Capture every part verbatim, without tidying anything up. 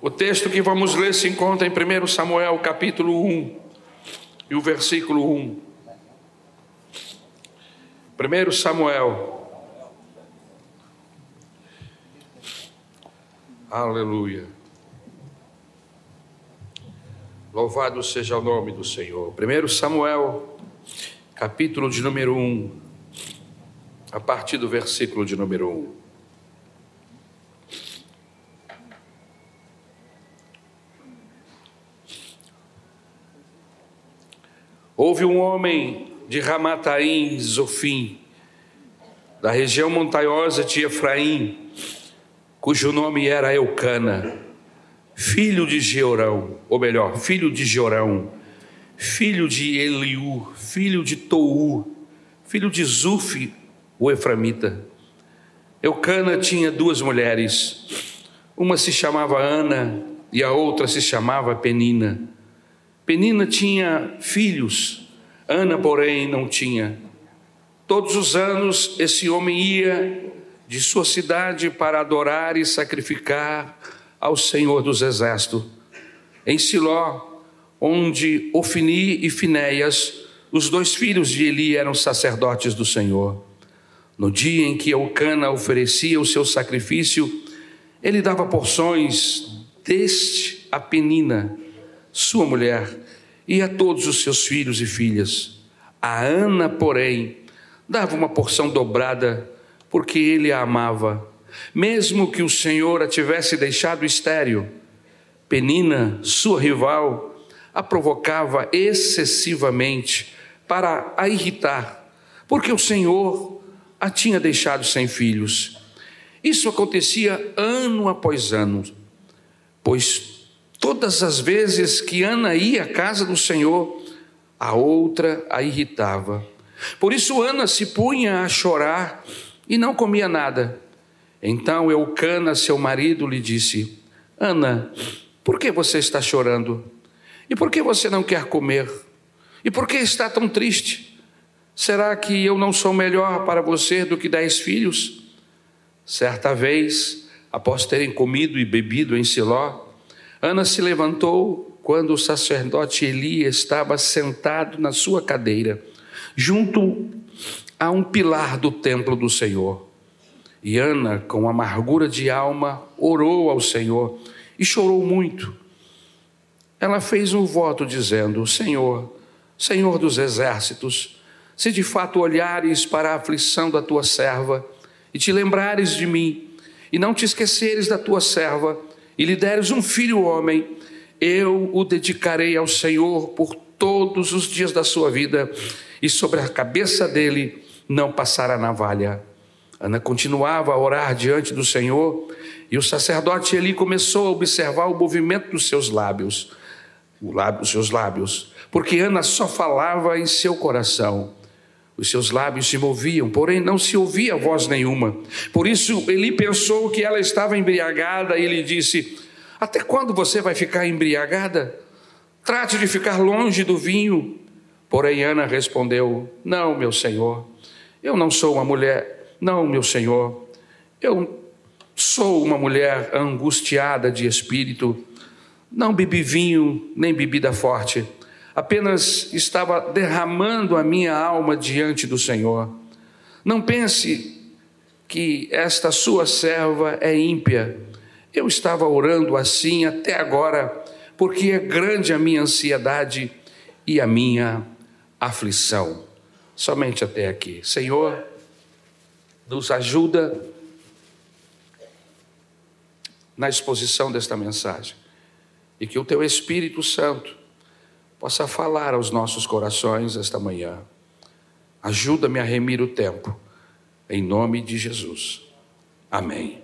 O texto que vamos ler se encontra em primeiro Samuel, capítulo um, e o versículo um. primeiro Samuel. Aleluia. Louvado seja o nome do Senhor. primeiro Samuel, capítulo de número um, a partir do versículo de número um. Houve um homem de Ramataim, Zofim, da região montanhosa de Efraim, cujo nome era Eucana, filho de Jeorão, ou melhor, filho de Jorão, filho de Eliú, filho de Tou, filho de Zufi, o eframita. Eucana tinha duas mulheres, uma se chamava Ana e a outra se chamava Penina. Penina tinha filhos, Ana, porém, não tinha. Todos os anos esse homem ia de sua cidade para adorar e sacrificar ao Senhor dos Exércitos. Em Siló, onde Ofni e Finéias, os dois filhos de Eli, eram sacerdotes do Senhor. No dia em que Eucana oferecia o seu sacrifício, ele dava porções deste a Penina, sua mulher, e a todos os seus filhos e filhas. A Ana, porém, dava uma porção dobrada, porque ele a amava, mesmo que o Senhor a tivesse deixado estéril. Penina, sua rival, a provocava excessivamente para a irritar, porque o Senhor a tinha deixado sem filhos. Isso acontecia ano após ano, pois todas as vezes que Ana ia à casa do Senhor, a outra a irritava. Por isso Ana se punha a chorar e não comia nada. Então Eucana, seu marido, lhe disse: Ana, por que você está chorando? E por que você não quer comer? E por que está tão triste? Será que eu não sou melhor para você do que dez filhos? Certa vez, após terem comido e bebido em Siló, Ana se levantou quando o sacerdote Eli estava sentado na sua cadeira, junto a um pilar do templo do Senhor. E Ana, com amargura de alma, orou ao Senhor e chorou muito. Ela fez um voto dizendo: Senhor, Senhor dos exércitos, se de fato olhares para a aflição da tua serva e te lembrares de mim, e não te esqueceres da tua serva, e lhe deres um filho homem, eu o dedicarei ao Senhor por todos os dias da sua vida, e sobre a cabeça dele não passará navalha. Ana continuava a orar diante do Senhor, e o sacerdote Eli começou a observar o movimento dos seus lábios, o lábio, os seus lábios, porque Ana só falava em seu coração. Os seus lábios se moviam, porém não se ouvia voz nenhuma. Por isso Eli pensou que ela estava embriagada e lhe disse: até quando você vai ficar embriagada? Trate de ficar longe do vinho. Porém Ana respondeu: não, meu senhor, eu não sou uma mulher, não, meu senhor, eu sou uma mulher angustiada de espírito. Não bebi vinho, nem bebida forte, apenas estava derramando a minha alma diante do Senhor. Não pense que esta sua serva é ímpia. Eu estava orando assim até agora, porque é grande a minha ansiedade e a minha aflição. Somente até aqui. Senhor, nos ajuda na exposição desta mensagem, e que o teu Espírito Santo possa falar aos nossos corações esta manhã. Ajuda-me a remir o tempo, em nome de Jesus. Amém.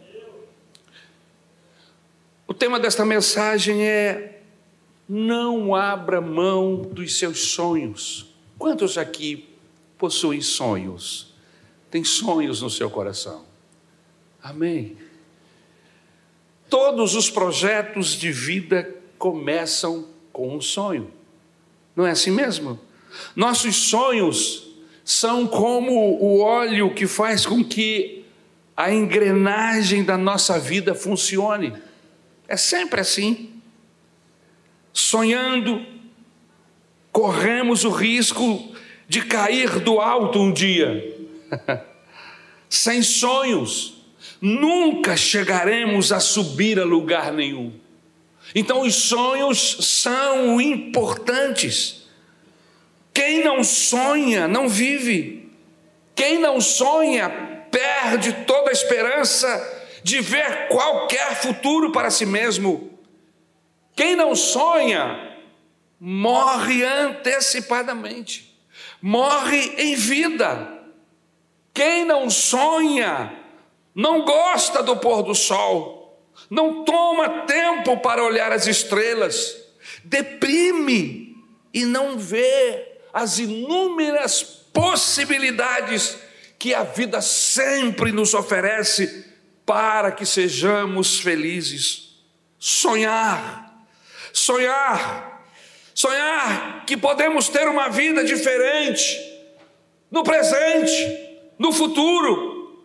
O tema desta mensagem é: não abra mão dos seus sonhos. Quantos aqui possuem sonhos? Tem sonhos no seu coração? Amém. Todos os projetos de vida começam com um sonho. Não é assim mesmo? Nossos sonhos são como o óleo que faz com que a engrenagem da nossa vida funcione. É sempre assim. Sonhando, corremos o risco de cair do alto um dia. Sem sonhos, nunca chegaremos a subir a lugar nenhum. Então os sonhos são importantes. Quem não sonha, não vive. Quem não sonha, perde toda a esperança de ver qualquer futuro para si mesmo. Quem não sonha, morre antecipadamente, morre em vida. Quem não sonha, não gosta do pôr do sol, não toma tempo para olhar as estrelas, deprime e não vê as inúmeras possibilidades que a vida sempre nos oferece para que sejamos felizes. Sonhar, sonhar, sonhar que podemos ter uma vida diferente no presente, no futuro,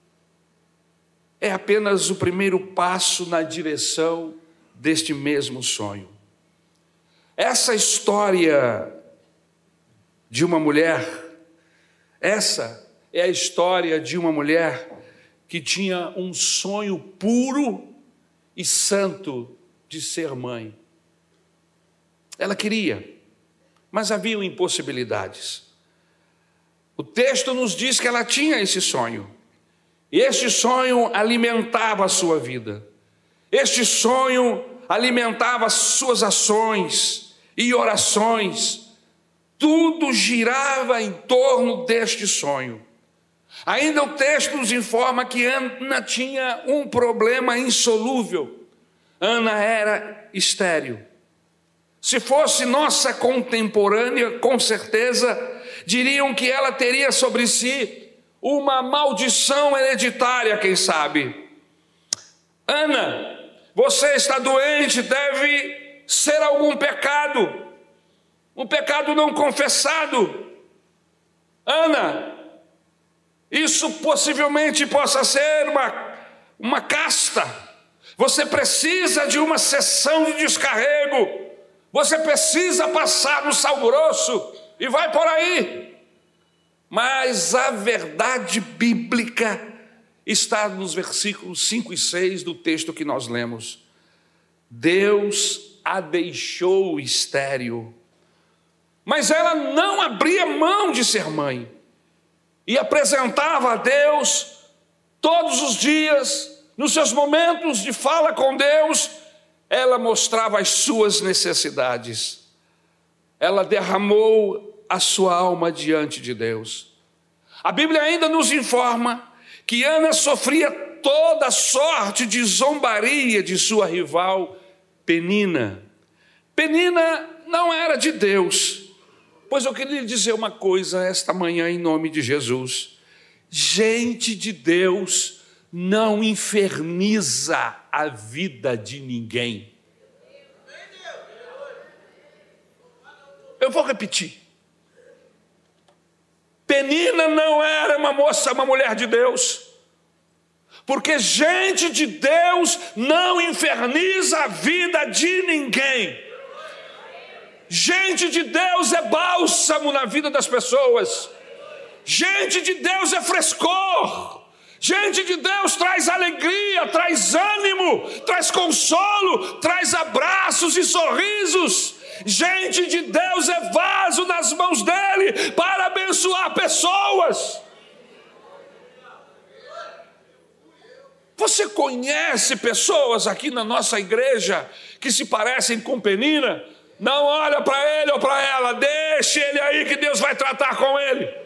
é apenas o primeiro passo na direção deste mesmo sonho. Essa história de uma mulher, essa é a história de uma mulher que tinha um sonho puro e santo de ser mãe. Ela queria, mas haviam impossibilidades. O texto nos diz que ela tinha esse sonho. E este sonho alimentava a sua vida. Este sonho alimentava as suas ações e orações. Tudo girava em torno deste sonho. Ainda o texto nos informa que Ana tinha um problema insolúvel. Ana era estéril. Se fosse nossa contemporânea, com certeza diriam que ela teria sobre si uma maldição hereditária, quem sabe. Ana, você está doente, deve ser algum pecado, um pecado não confessado. Ana, isso possivelmente possa ser uma, uma casta. Você precisa de uma sessão de descarrego. Você precisa passar no sal grosso e vai por aí. Mas a verdade bíblica está nos versículos cinco e seis do texto que nós lemos. Deus a deixou estéril, mas ela não abria mão de ser mãe e apresentava a Deus todos os dias, nos seus momentos de fala com Deus, ela mostrava as suas necessidades. Ela derramou a sua alma diante de Deus. A Bíblia ainda nos informa que Ana sofria toda sorte de zombaria de sua rival Penina. Penina não era de Deus. Pois eu queria lhe dizer uma coisa esta manhã em nome de Jesus. Gente de Deus não inferniza a vida de ninguém. Eu vou repetir. Penina não era uma moça, uma mulher de Deus, porque gente de Deus não inferniza a vida de ninguém. Gente de Deus é bálsamo na vida das pessoas. Gente de Deus é frescor. Gente de Deus traz alegria, traz ânimo, traz consolo, traz abraços e sorrisos. Gente de Deus é vaso nas mãos dele para abençoar pessoas. Você conhece pessoas aqui na nossa igreja que se parecem com Penina? Não olha para ele ou para ela, deixe ele aí que Deus vai tratar com ele.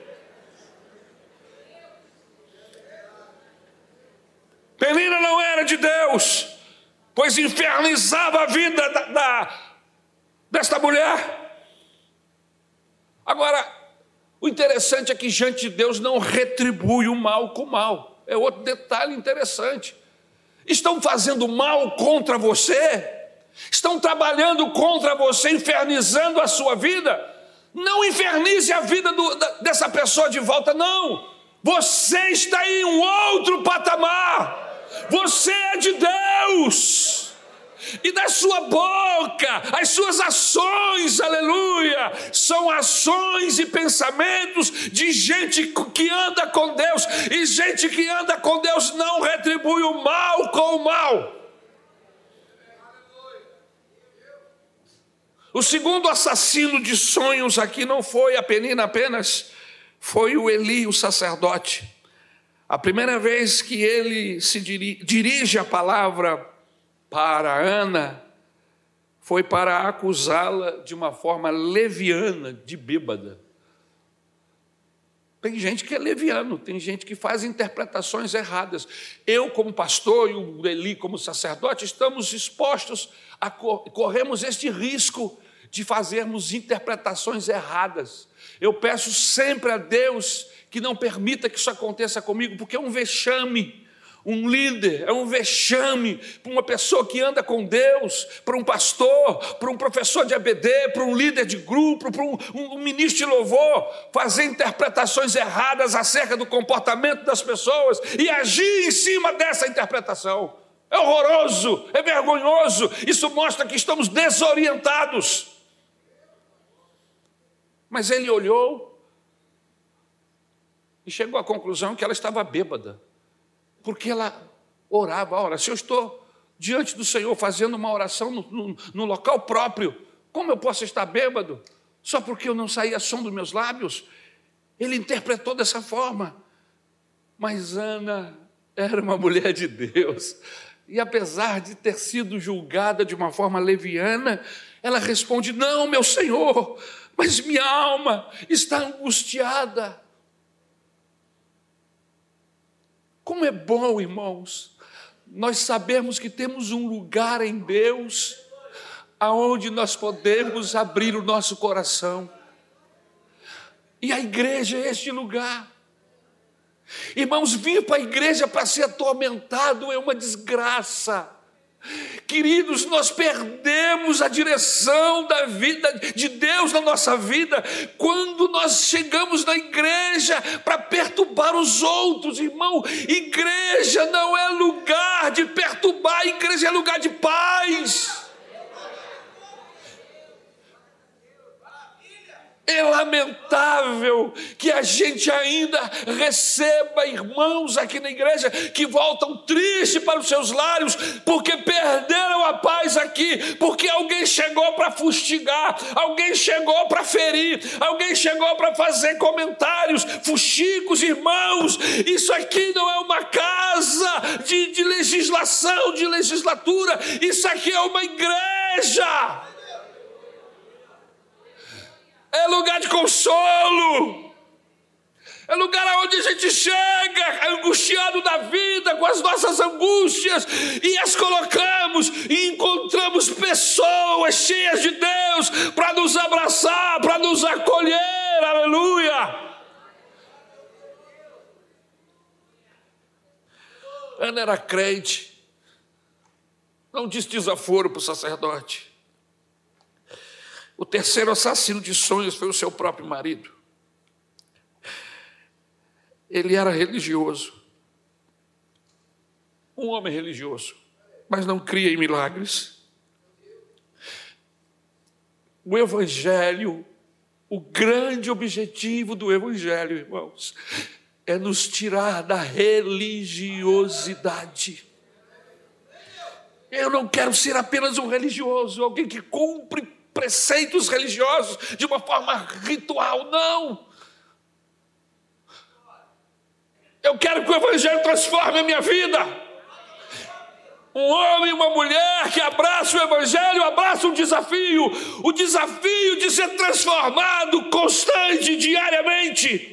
Penina não era de Deus, pois infernizava a vida da, da, desta mulher. Agora, o interessante é que gente de Deus não retribui o mal com o mal. É outro detalhe interessante. Estão fazendo mal contra você? Estão trabalhando contra você, infernizando a sua vida? Não infernize a vida do, da, dessa pessoa de volta, não. Você está em um outro patamar. Você é de Deus. e da sua boca, as suas ações, aleluia, são ações e pensamentos de gente que anda com Deus, e gente que anda com Deus não retribui o mal com o mal. O segundo assassino de sonhos aqui não foi a Penina apenas, foi o Eli, o sacerdote. A primeira vez que ele se dirige a palavra para Ana foi para acusá-la de uma forma leviana, de bêbada. Tem gente que é leviano, tem gente que faz interpretações erradas. Eu, como pastor, e o Eli, como sacerdote, estamos expostos a corremos este risco de fazermos interpretações erradas. Eu peço sempre a Deus que não permita que isso aconteça comigo, porque é um vexame. Um líder é um vexame para uma pessoa que anda com Deus, para um pastor, para um professor de A B D, para um líder de grupo, para um, um, um ministro de louvor, fazer interpretações erradas acerca do comportamento das pessoas e agir em cima dessa interpretação. É horroroso, é vergonhoso, isso mostra que estamos desorientados. Mas ele olhou e chegou à conclusão que ela estava bêbada. Porque ela orava, ora, se eu estou diante do Senhor fazendo uma oração no, no, no local próprio, como eu posso estar bêbado? Só porque eu não saía som dos meus lábios? Ele interpretou dessa forma. Mas Ana era uma mulher de Deus. E apesar de ter sido julgada de uma forma leviana, ela responde, não, meu Senhor, mas minha alma está angustiada. Como é bom, irmãos, nós sabemos que temos um lugar em Deus aonde nós podemos abrir o nosso coração. E a igreja é este lugar. Irmãos, vir para a igreja para ser atormentado é uma desgraça. Queridos, nós perdemos a direção da vida de Deus na nossa vida quando nós chegamos na igreja para perturbar os outros, irmão. Igreja não é lugar de perturbar, igreja é lugar de paz. É lamentável que a gente ainda receba irmãos aqui na igreja que voltam tristes para os seus lares porque perderam a paz aqui, porque alguém chegou para fustigar, alguém chegou para ferir, alguém chegou para fazer comentários fuxicos. Irmãos, isso aqui não é uma casa de, de legislação, de legislatura, isso aqui é uma igreja. É lugar de consolo, é lugar onde a gente chega angustiado da vida, com as nossas angústias, e as colocamos, e encontramos pessoas cheias de Deus, para nos abraçar, para nos acolher, aleluia. Ana era crente, não disse desaforo para o sacerdote. O terceiro assassino de sonhos foi o seu próprio marido. Ele era religioso, um homem religioso, mas não cria em milagres. O evangelho, o grande objetivo do evangelho, irmãos, é nos tirar da religiosidade. Eu não quero ser apenas um religioso, alguém que cumpre preceitos religiosos de uma forma ritual, não. Eu quero que o evangelho transforme a minha vida. Um homem e uma mulher que abraça o evangelho, abraça um desafio, o desafio de ser transformado constante, diariamente.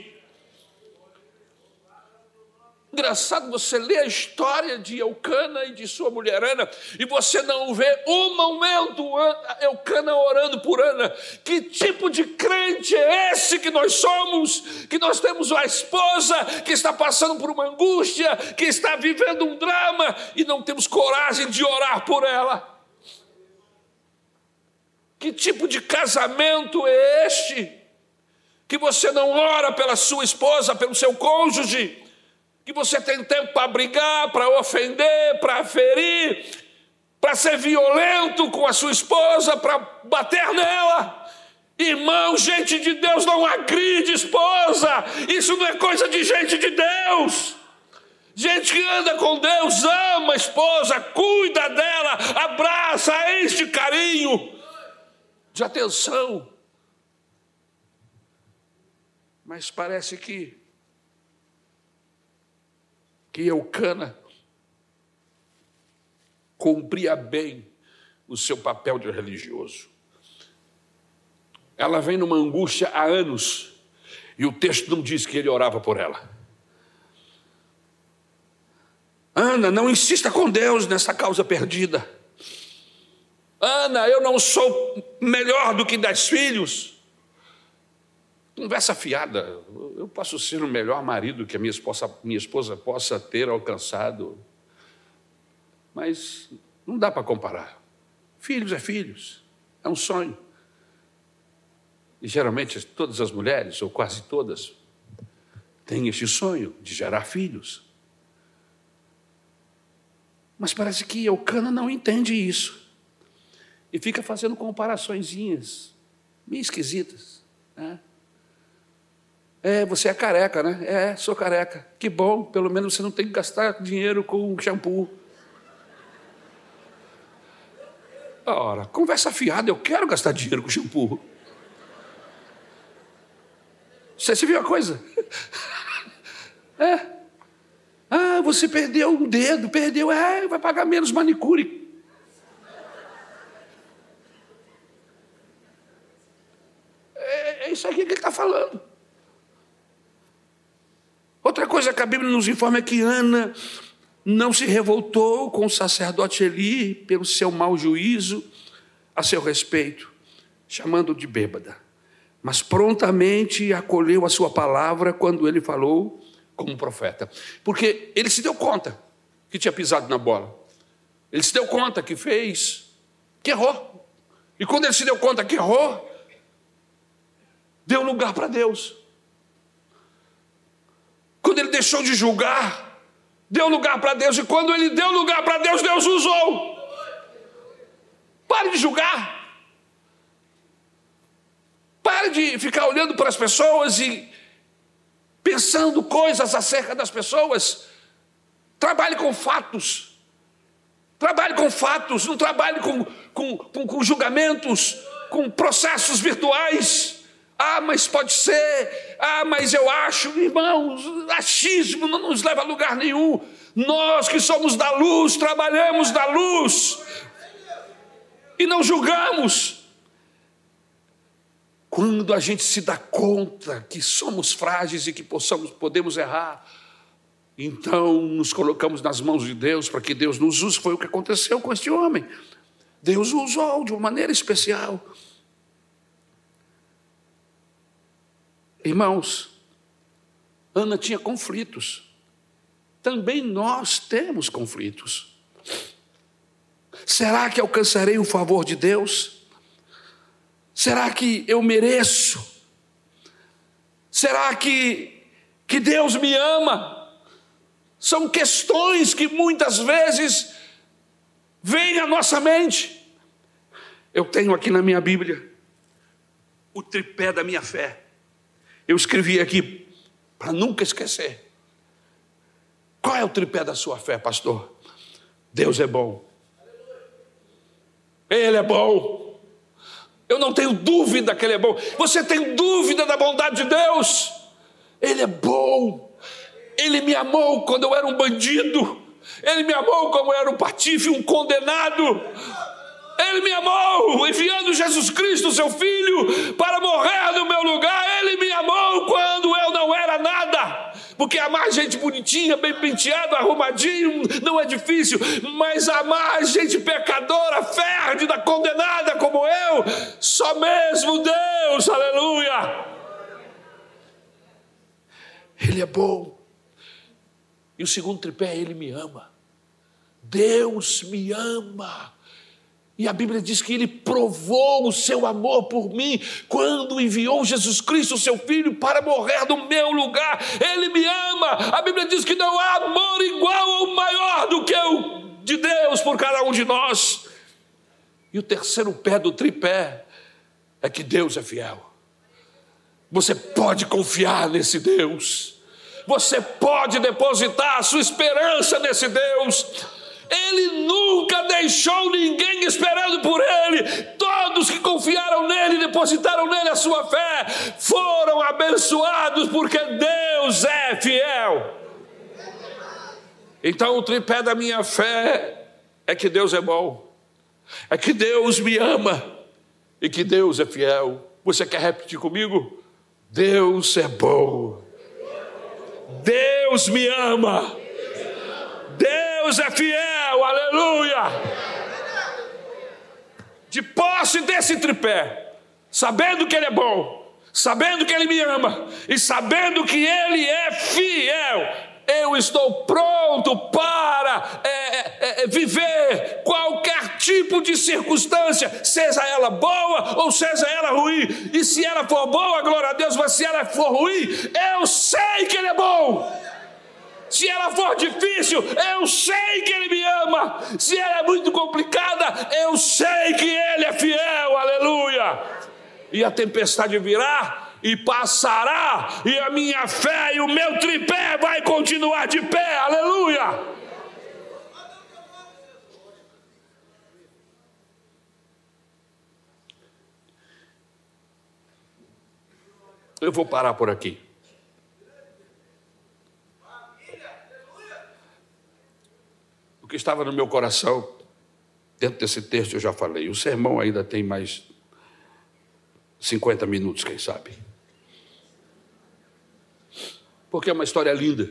Engraçado, você lê a história de Eucana e de sua mulher Ana, e você não vê um momento Eucana orando por Ana. Que tipo de crente é esse que nós somos? Que nós temos uma esposa que está passando por uma angústia, que está vivendo um drama, e não temos coragem de orar por ela. Que tipo de casamento é este? Que você não ora pela sua esposa, pelo seu cônjuge, que você tem tempo para brigar, para ofender, para ferir, para ser violento com a sua esposa, para bater nela. Irmão, gente de Deus não agride esposa. Isso não é coisa de gente de Deus. Gente que anda com Deus ama a esposa, cuida dela, abraça, enche de carinho, de atenção. Mas parece que que Eucana cumpria bem o seu papel de religioso. Ela vem numa angústia há anos, e o texto não diz que ele orava por ela. Ana, não insista com Deus nessa causa perdida. Ana, eu não sou melhor do que dez filhos. Conversa fiada. Eu posso ser o melhor marido que a minha esposa, minha esposa possa ter alcançado. Mas não dá para comparar. Filhos é filhos. É um sonho. E geralmente todas as mulheres, ou quase todas, têm este sonho de gerar filhos. Mas parece que Eucana não entende isso. E fica fazendo comparaçõezinhas meio esquisitas, né? É, você é careca, né? É, sou careca. Que bom, pelo menos você não tem que gastar dinheiro com shampoo. Ora, conversa fiada, eu quero gastar dinheiro com shampoo. Você se viu a coisa? É. Ah, você perdeu um dedo, perdeu, é, vai pagar menos manicure. É, é isso aqui que ele está falando. Outra coisa que a Bíblia nos informa é que Ana não se revoltou com o sacerdote Eli pelo seu mau juízo a seu respeito, chamando-o de bêbada, mas prontamente acolheu a sua palavra quando ele falou como profeta, porque ele se deu conta que tinha pisado na bola, ele se deu conta que fez, que errou, e quando ele se deu conta que errou, deu lugar para Deus. Quando ele deixou de julgar, deu lugar para Deus, e quando ele deu lugar para Deus, Deus usou. Pare de julgar, pare de ficar olhando para as pessoas e pensando coisas acerca das pessoas. Trabalhe com fatos. Trabalhe com fatos, não trabalhe com, com, com, com julgamentos, com processos virtuais. Ah, mas pode ser. Ah, mas eu acho. Irmãos, achismo não nos leva a lugar nenhum. Nós que somos da luz, trabalhamos da luz e não julgamos. Quando a gente se dá conta que somos frágeis e que possamos, podemos errar, então nos colocamos nas mãos de Deus para que Deus nos use. Foi o que aconteceu com este homem. Deus o usou de uma maneira especial. Irmãos, Ana tinha conflitos. Também nós temos conflitos. Será que alcançarei o favor de Deus? Será que eu mereço? Será que, que Deus me ama? São questões que muitas vezes vêm à nossa mente. Eu tenho aqui na minha Bíblia o tripé da minha fé. Eu escrevi aqui para nunca esquecer. Qual é o tripé da sua fé, pastor? Deus é bom. Ele é bom. Eu não tenho dúvida que Ele é bom. Você tem dúvida da bondade de Deus? Ele é bom. Ele me amou quando eu era um bandido. Ele me amou como eu era um patife, um condenado. Ele me amou, enviando Jesus Cristo, seu Filho, para morrer no meu lugar. Ele me amou quando eu não era nada. Porque amar gente bonitinha, bem penteado, arrumadinho, não é difícil. Mas amar gente pecadora, férrida, condenada como eu, só mesmo Deus, aleluia. Ele é bom. E o segundo tripé é Ele me ama. Deus me ama. E a Bíblia diz que Ele provou o seu amor por mim quando enviou Jesus Cristo, seu Filho, para morrer no meu lugar. Ele me ama. A Bíblia diz que não há amor igual ou maior do que o de Deus por cada um de nós. E o terceiro pé do tripé é que Deus é fiel. Você pode confiar nesse Deus. Você pode depositar a sua esperança nesse Deus. Ele nunca deixou ninguém esperando por Ele. Todos que confiaram nele, depositaram nele a sua fé, foram abençoados, porque Deus é fiel. Então o tripé da minha fé é que Deus é bom, é que Deus me ama e que Deus é fiel. Você quer repetir comigo? Deus é bom, Deus me ama, Deus é fiel, aleluia. De posse desse tripé, sabendo que Ele é bom, sabendo que Ele me ama e sabendo que Ele é fiel, eu estou pronto para é, é, viver qualquer tipo de circunstância, seja ela boa ou seja ela ruim. E se ela for boa, glória a Deus, mas se ela for ruim, eu sei que Ele é bom. Se ela for difícil, eu sei que Ele me ama. Se ela é muito complicada, eu sei que Ele é fiel, aleluia. E a tempestade virá e passará, e a minha fé e o meu tripé vai continuar de pé, aleluia. Eu vou parar por aqui. O que estava no meu coração, dentro desse texto eu já falei. O sermão ainda tem mais cinquenta minutos, quem sabe. Porque é uma história linda.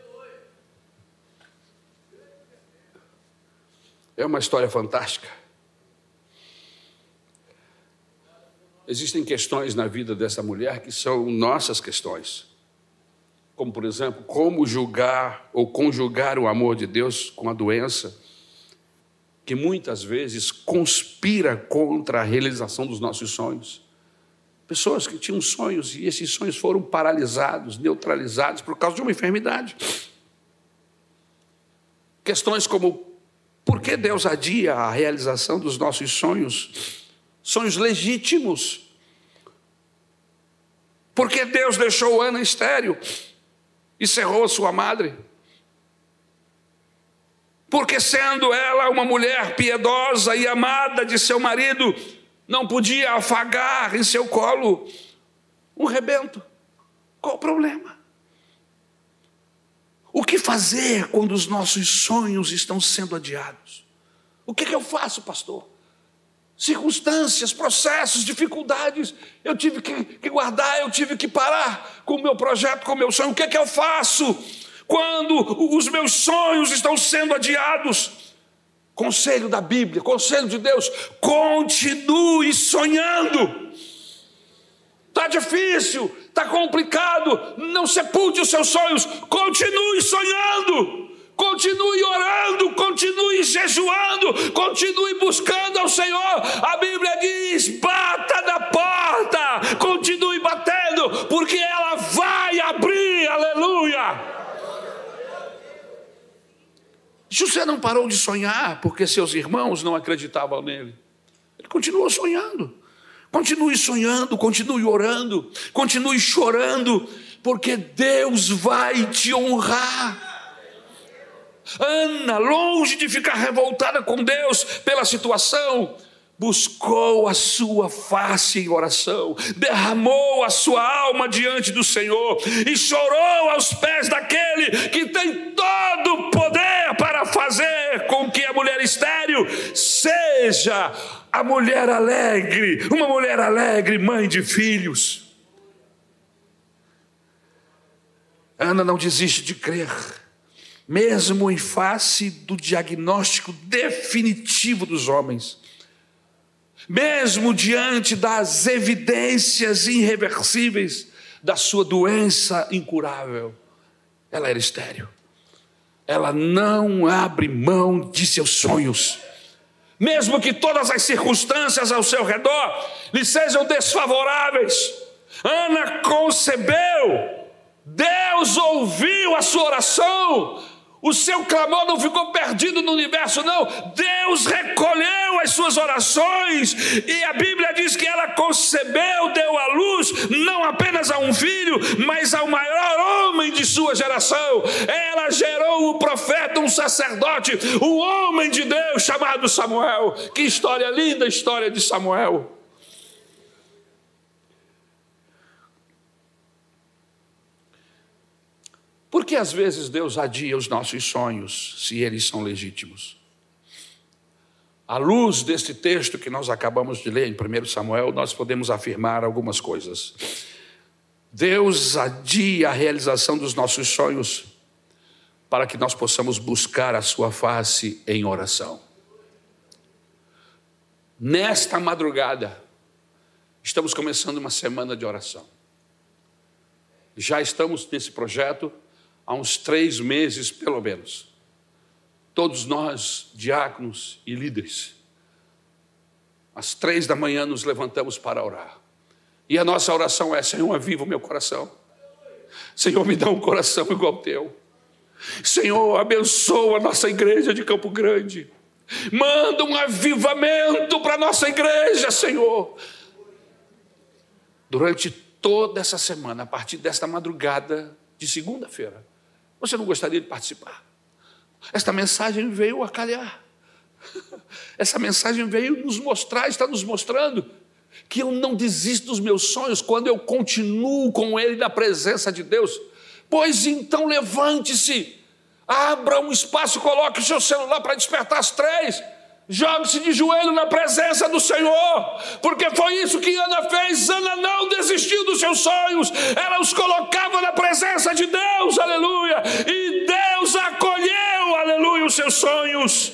É uma história fantástica. Existem questões na vida dessa mulher que são nossas questões. Como, por exemplo, como julgar ou conjugar o amor de Deus com a doença que muitas vezes conspira contra a realização dos nossos sonhos. Pessoas que tinham sonhos e esses sonhos foram paralisados, neutralizados por causa de uma enfermidade. Questões como, por que Deus adia a realização dos nossos sonhos? Sonhos legítimos. Por que Deus deixou Ana estéril e cerrou a sua madre? Porque sendo ela uma mulher piedosa e amada de seu marido, não podia afagar em seu colo um rebento. Qual o problema? O que fazer quando os nossos sonhos estão sendo adiados? O que, que eu faço, pastor? Circunstâncias, processos, dificuldades, eu tive que, que guardar, eu tive que parar com o meu projeto, com o meu sonho. O que é que eu faço quando os meus sonhos estão sendo adiados? Conselho da Bíblia, conselho de Deus: continue sonhando. Está difícil, está complicado, não sepulte os seus sonhos, continue sonhando. Continue orando, continue jejuando, continue buscando ao Senhor. A Bíblia diz: bata na porta, continue batendo, porque ela vai abrir, aleluia. José não parou de sonhar porque seus irmãos não acreditavam nele. Ele continuou sonhando. Continue sonhando, continue orando, continue chorando, porque Deus vai te honrar. Ana, longe de ficar revoltada com Deus pela situação, buscou a sua face em oração, derramou a sua alma diante do Senhor e chorou aos pés daquele que tem todo o poder para fazer com que a mulher estéril seja a mulher alegre, uma mulher alegre, mãe de filhos. Ana não desiste de crer, mesmo em face do diagnóstico definitivo dos homens, mesmo diante das evidências irreversíveis da sua doença incurável. Ela era estéril. Ela não abre mão de seus sonhos, mesmo que todas as circunstâncias ao seu redor lhe sejam desfavoráveis. Ana concebeu, Deus ouviu a sua oração, O seu clamor não ficou perdido no universo, não. Deus recolheu as suas orações. E a Bíblia diz que ela concebeu, deu à luz, não apenas a um filho, mas ao maior homem de sua geração. Ela gerou o profeta, um sacerdote, o homem de Deus chamado Samuel. Que história linda, a história de Samuel. Por que às vezes Deus adia os nossos sonhos, se eles são legítimos? À luz deste texto que nós acabamos de ler em primeiro Samuel, nós podemos afirmar algumas coisas. Deus adia a realização dos nossos sonhos para que nós possamos buscar a sua face em oração. Nesta madrugada, estamos começando uma semana de oração. Já estamos nesse projeto há uns três meses, pelo menos. Todos nós, diáconos e líderes, às três da manhã nos levantamos para orar. E a nossa oração é: Senhor, aviva o meu coração. Senhor, me dá um coração igual ao teu. Senhor, abençoa a nossa igreja de Campo Grande. Manda um avivamento para a nossa igreja, Senhor. Durante toda essa semana, a partir desta madrugada de segunda-feira, você não gostaria de participar? Esta mensagem veio a calhar. Essa mensagem veio nos mostrar, está nos mostrando que eu não desisto dos meus sonhos quando eu continuo com ele na presença de Deus. Pois então levante-se, abra um espaço, coloque o seu celular para despertar às três. Jogue-se de joelho na presença do Senhor, porque foi isso que Ana fez. Ana não desistiu dos seus sonhos, ela os colocava na presença de Deus, aleluia, e Deus acolheu, aleluia, os seus sonhos.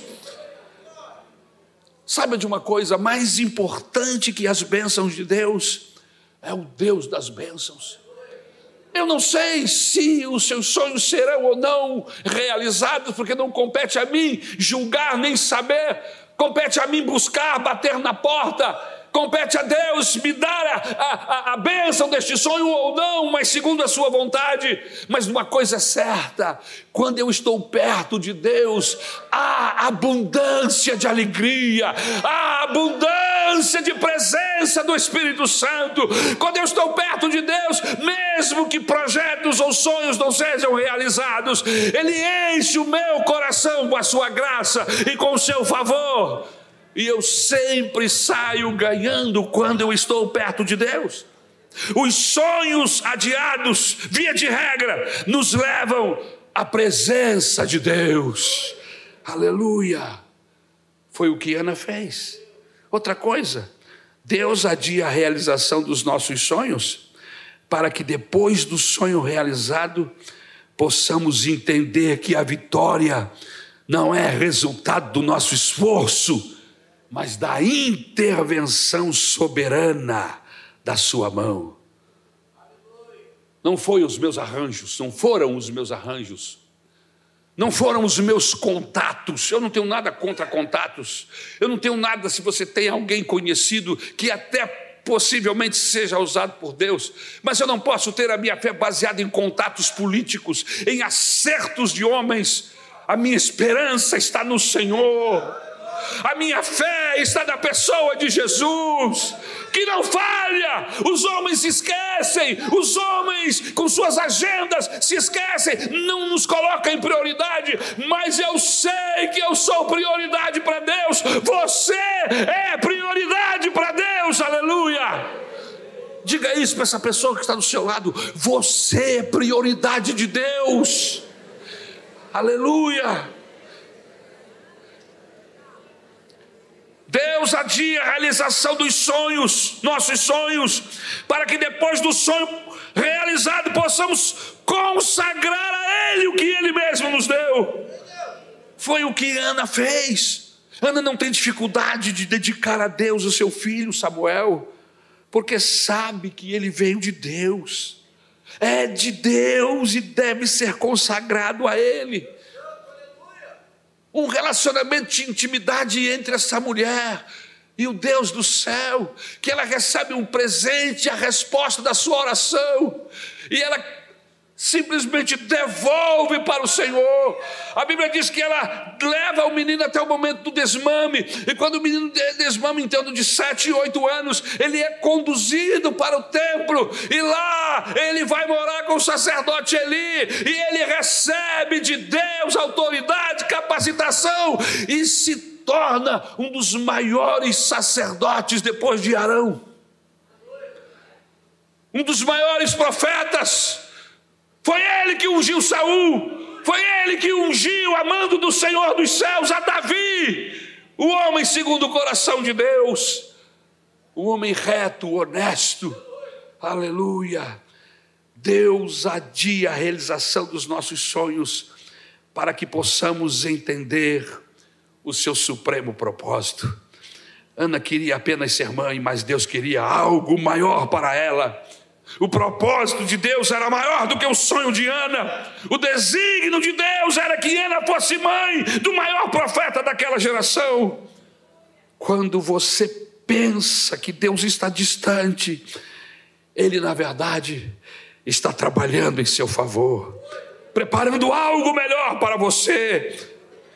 Saiba de uma coisa, mais importante que as bênçãos de Deus é o Deus das bênçãos. Eu não sei se os seus sonhos serão ou não realizados, porque não compete a mim julgar nem saber. Compete a mim buscar, bater na porta. Compete a Deus me dar a, a, a bênção deste sonho ou não, mas segundo a sua vontade. Mas uma coisa é certa: quando eu estou perto de Deus, há abundância de alegria, há abundância de presença do Espírito Santo. Quando eu estou perto de Deus, mesmo que projetos ou sonhos não sejam realizados, Ele enche o meu coração com a sua graça e com o seu favor. E eu sempre saio ganhando quando eu estou perto de Deus. Os sonhos adiados, via de regra, nos levam à presença de Deus. Aleluia! Foi o que Ana fez. Outra coisa, Deus adia a realização dos nossos sonhos para que depois do sonho realizado possamos entender que a vitória não é resultado do nosso esforço, mas da intervenção soberana da sua mão. Não foi os meus arranjos, não foram os meus arranjos, não foram os meus contatos. Eu não tenho nada contra contatos, eu não tenho nada se você tem alguém conhecido que até possivelmente seja usado por Deus, mas eu não posso ter a minha fé baseada em contatos políticos, em acertos de homens. A minha esperança está no Senhor. A minha fé está na pessoa de Jesus, que não falha. Os homens se esquecem, os homens com suas agendas se esquecem, não nos colocam em prioridade, mas eu sei que eu sou prioridade para Deus. Você é prioridade para Deus, aleluia. Diga isso para essa pessoa que está do seu lado: você é prioridade de Deus, aleluia. Deus adia a realização dos sonhos, nossos sonhos, para que depois do sonho realizado possamos consagrar a Ele o que Ele mesmo nos deu. Foi o que Ana fez. Ana não tem dificuldade de dedicar a Deus o seu filho Samuel, porque sabe que ele veio de Deus, é de Deus e deve ser consagrado a Ele. Um relacionamento de intimidade entre essa mulher e o Deus do céu, que ela recebe um presente, a resposta da sua oração, e ela simplesmente devolve para o Senhor. A Bíblia diz que ela leva o menino até o momento do desmame, e quando o menino desmame em torno de sete, oito anos, ele é conduzido para o templo, e lá ele vai morar com o sacerdote Eli, e ele recebe de Deus autoridade, capacitação, e se torna um dos maiores sacerdotes depois de Arão, um dos maiores profetas. Foi ele que ungiu Saul, foi ele que ungiu a mando do Senhor dos céus a Davi, o homem segundo o coração de Deus, o homem reto, honesto. Aleluia. Deus adia a realização dos nossos sonhos para que possamos entender o seu supremo propósito. Ana queria apenas ser mãe, mas Deus queria algo maior para ela. O propósito de Deus era maior do que o sonho de Ana. O desígnio de Deus era que Ana fosse mãe do maior profeta daquela geração. Quando você pensa que Deus está distante, Ele na verdade está trabalhando em seu favor, preparando algo melhor para você.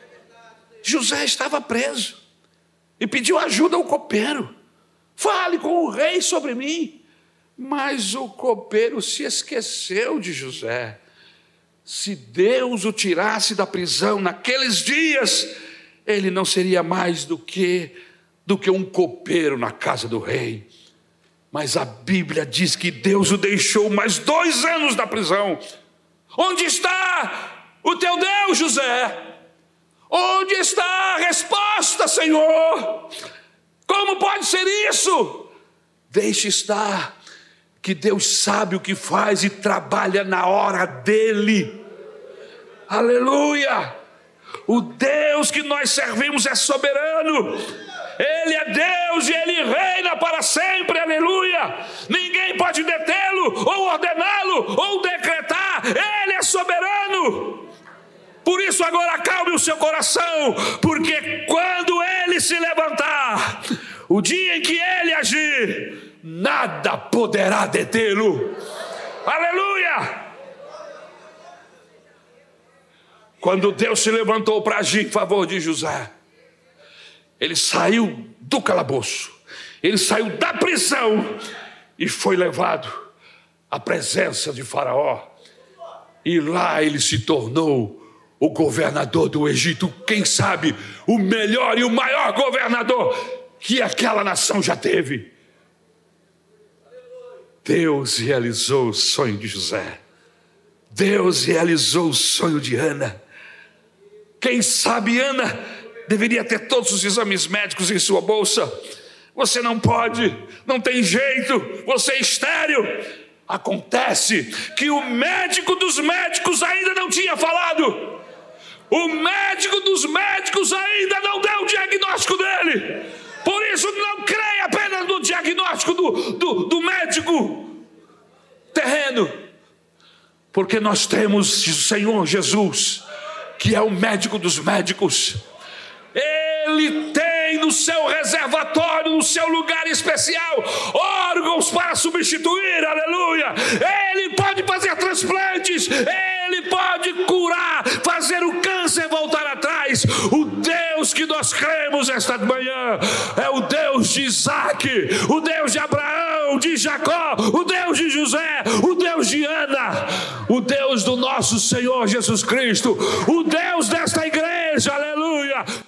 José estava preso e pediu ajuda ao copeiro. Fale com o rei sobre mim. Mas o copeiro se esqueceu de José. Se Deus o tirasse da prisão naqueles dias, ele não seria mais do que, do que um copeiro na casa do rei. Mas a Bíblia diz que Deus o deixou mais dois anos na prisão. Onde está o teu Deus, José? Onde está a resposta, Senhor? Como pode ser isso? Deixe estar, que Deus sabe o que faz e trabalha na hora dele. Aleluia! O Deus que nós servimos é soberano. Ele é Deus e Ele reina para sempre, aleluia. Ninguém pode detê-lo, ou ordená-lo, ou decretar. Ele é soberano. Por isso agora acalme o seu coração, porque quando Ele se levantar, o dia em que Ele agir, nada poderá detê-lo. Aleluia! Quando Deus se levantou para agir em favor de José, ele saiu do calabouço, ele saiu da prisão e foi levado à presença de Faraó. E lá ele se tornou o governador do Egito, quem sabe o melhor e o maior governador que aquela nação já teve. Deus realizou o sonho de José. Deus realizou o sonho de Ana. Quem sabe Ana deveria ter todos os exames médicos em sua bolsa. Você não pode, não tem jeito, você é estéril. Acontece que o médico dos médicos ainda não tinha falado. O médico dos médicos ainda não deu o diagnóstico dele. Por isso não creia apenas no diagnóstico do, do, do médico terreno. Porque nós temos o Senhor Jesus, que é o médico dos médicos. Ele tem no seu reservatório, no seu lugar especial, órgãos para substituir, aleluia. Ele pode fazer transplantes, ele pode curar, fazer o câncer voltar atrás. O Deus que nós cremos esta manhã é o Deus de Isaac, o Deus de Abraão, de Jacó, o Deus de José, o Deus de Ana, o Deus do nosso Senhor Jesus Cristo, o Deus desta igreja, aleluia.